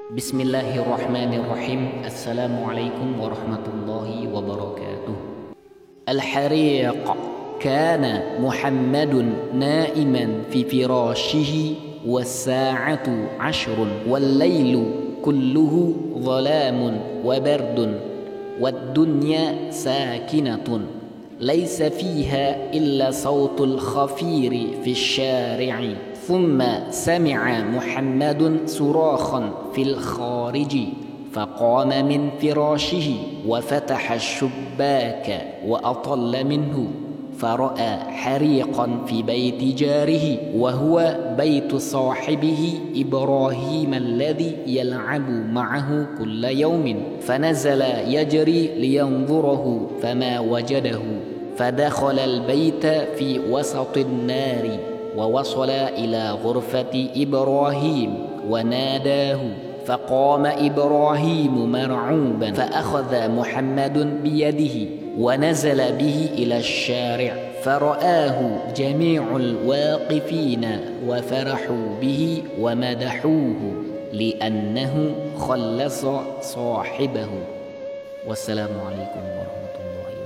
بسم الله الرحمن الرحيم. السلام عليكم ورحمة الله وبركاته. الحريق. كان محمد نائما في فراشه والساعة 10 والليل كله ظلام وبرد والدنيا ساكنة ليس فيها إلا صوت الخفير في الشارع. ثم سمع محمد صراخا في الخارج فقام من فراشه وفتح الشباك وأطل منه فرأى حريقا في بيت جاره وهو بيت صاحبه إبراهيم الذي يلعب معه كل يوم، فنزل يجري لينظره فما وجده، فدخل البيت في وسط النار ووصل إلى غرفة إبراهيم وناداه، فقام إبراهيم مرعوبا فأخذ محمد بيده ونزل به إلى الشارع فرآه جميع الواقفين وفرحوا به ومدحوه لأنه خلص صاحبه. والسلام عليكم ورحمة الله وبركاته.